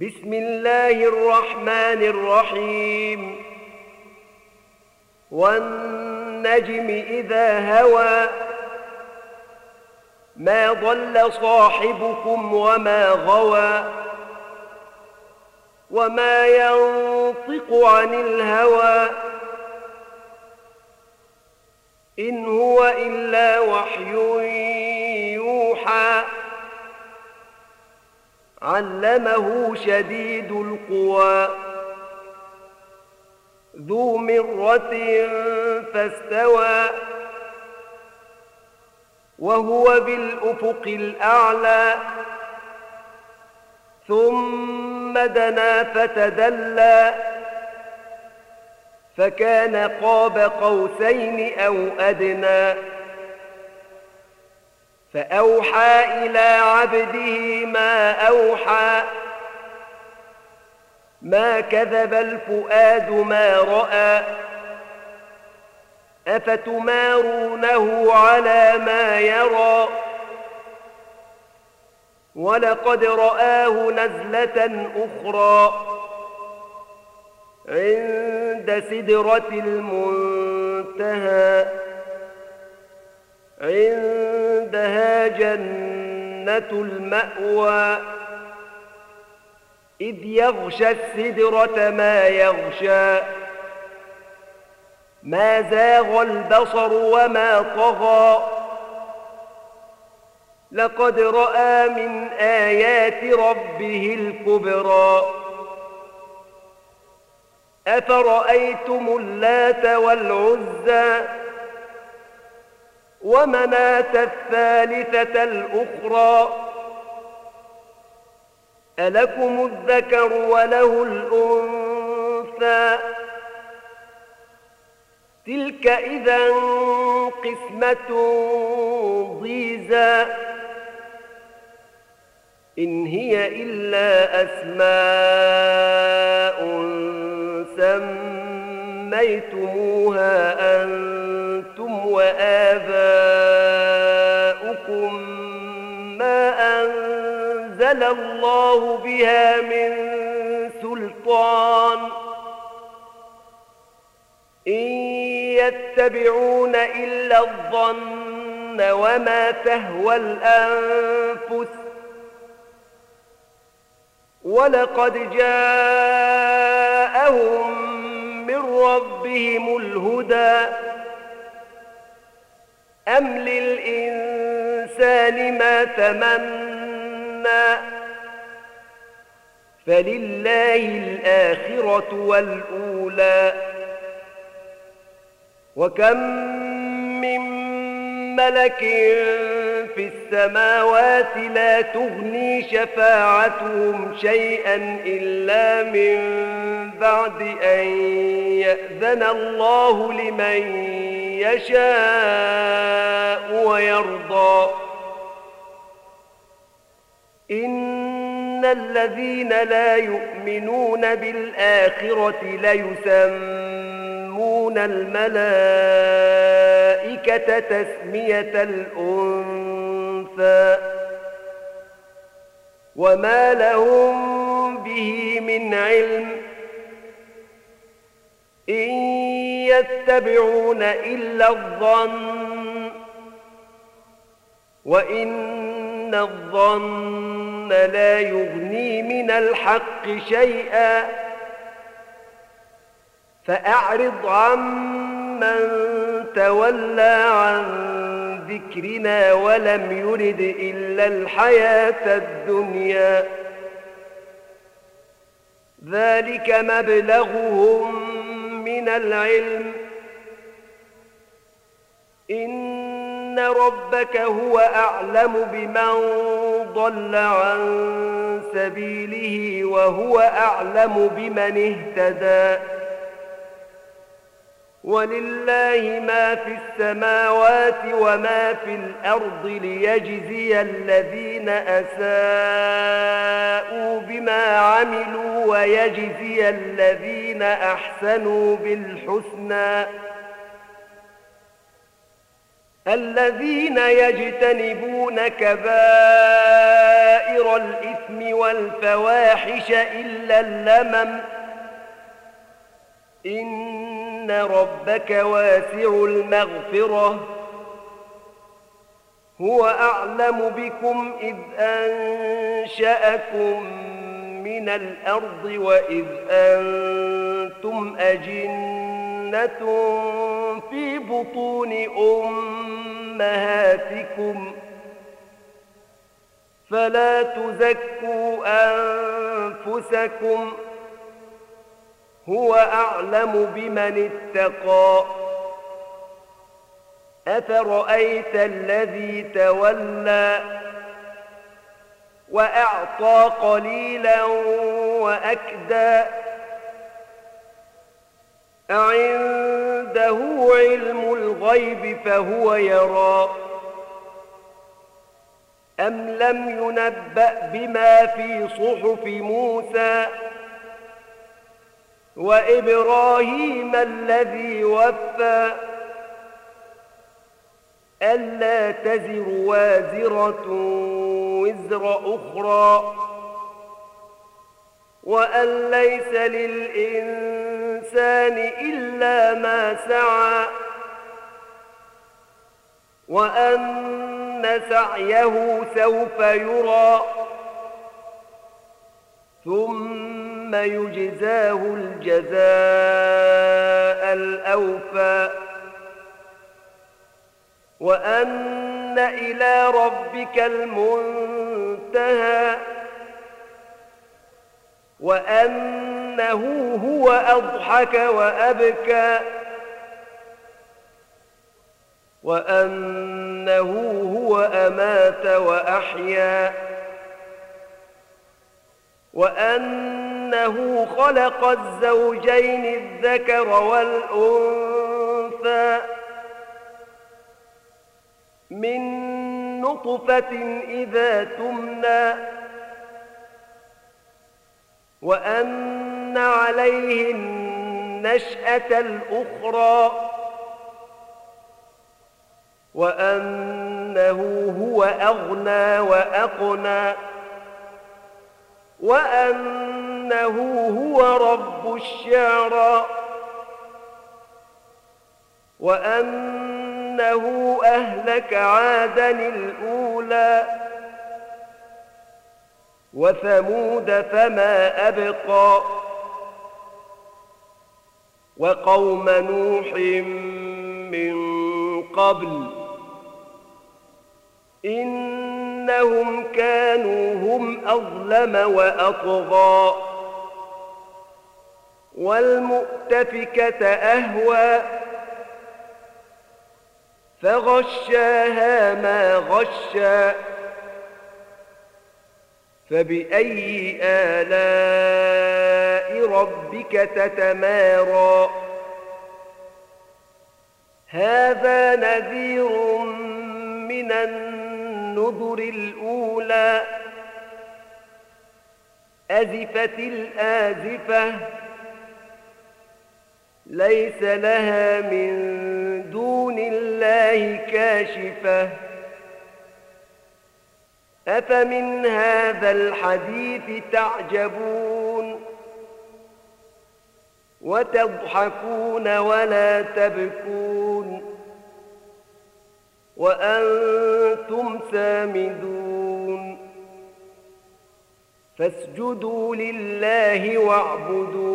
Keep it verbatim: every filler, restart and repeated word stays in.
بسم الله الرحمن الرحيم والنجم إذا هوى ما ضل صاحبكم وما غوى وما ينطق عن الهوى إن هو إلا وحي يوحى علمه شديد القوى ذو مرة فاستوى وهو بالأفق الأعلى ثم دنا فتدلى فكان قاب قوسين أو أدنى فأوحى إلى عبده ما أوحى ما كذب الفؤاد ما رأى أفتمارونه على ما يرى ولقد رآه نزلة أخرى عند سدرة المنتهى عندها جنة المأوى إذ يغشى السدرة ما يغشى ما زاغ البصر وما طغى لقد رأى من آيات ربه الكبرى أفرأيتم اللات والعزى ومناة الثالثة الأخرى ألكم الذكر وله الأنثى تلك إذا قسمة ضيزى إن هي إلا أسماء سميتموها أنتم وآباؤكم ما أنزل الله بها من سلطان إن يتبعون إلا الظن وما تهوى الأنفس ولقد جاءهم من ربهم الهدى أم للإنسان ما تمنى فلله الآخرة والأولى وكم من ملك في السماوات لا تغني شفاعتهم شيئا إلا من بعد أن يأذن الله لمن يشاء ويرضى إن الذين لا يؤمنون بالآخرة ليسمون الملائكة تسمية الأنثى وما لهم به من علم إن يتبعون إلا الظن وإن الظن لا يغني من الحق شيئا فأعرض عمن تولى عن ذكرنا ولم يرد إلا الحياة الدنيا ذلك مبلغهم من العلم إن ربك هو أعلم بمن ضل عن سبيله وهو أعلم بمن اهتدى ولله ما في السماوات وما في الأرض ليجزي الذين أساءوا بما عملوا ويجزي الذين أحسنوا بالحسنى الذين يجتنبون كبائر الإثم والفواحش إلا اللمم إن ربك واسع المغفرة هو أعلم بكم إذ أنشأكم من الأرض وإذ أنتم أجنة في بطون أمهاتكم فلا تزكوا أنفسكم هو أعلم بمن اتقى أفرأيت الذي تولى وأعطى قليلا وأكدى أعنده علم الغيب فهو يرى أم لم ينبأ بما في صحف موسى وإبراهيم الذي وفى ألا تزر وازرة وزر أخرى وأن ليس للإنسان إلا ما سعى وأن سعيه سوف يرى ثم يجزاه الجزاء الأوفى وأن إلى ربك المنتهى وأنه هو أضحك وأبكى وأنه هو أمات وأحيا وأنه خلق الزوجين الذكر والأنثى من نطفة إذا تمنى وأن عليه النشأة الأخرى وأنه هو أغنى وأقنى وأنه هو رب الشعرى وأنه أهلك عادا الأولى وثمود فما أبقى وقوم نوح من قبل إنهم كانوا هم أظلم وأطغى والمؤتفكة أهوى فغشاها ما غشى فبأي آلاء ربك تتمارى هذا نذير من النذر الأولى أزفت الآزفة ليس لها من دون الله كاشفة أفمن هذا الحديث تعجبون وتضحكون ولا تبكون وأنتم سامدون فاسجدوا لله واعبدوا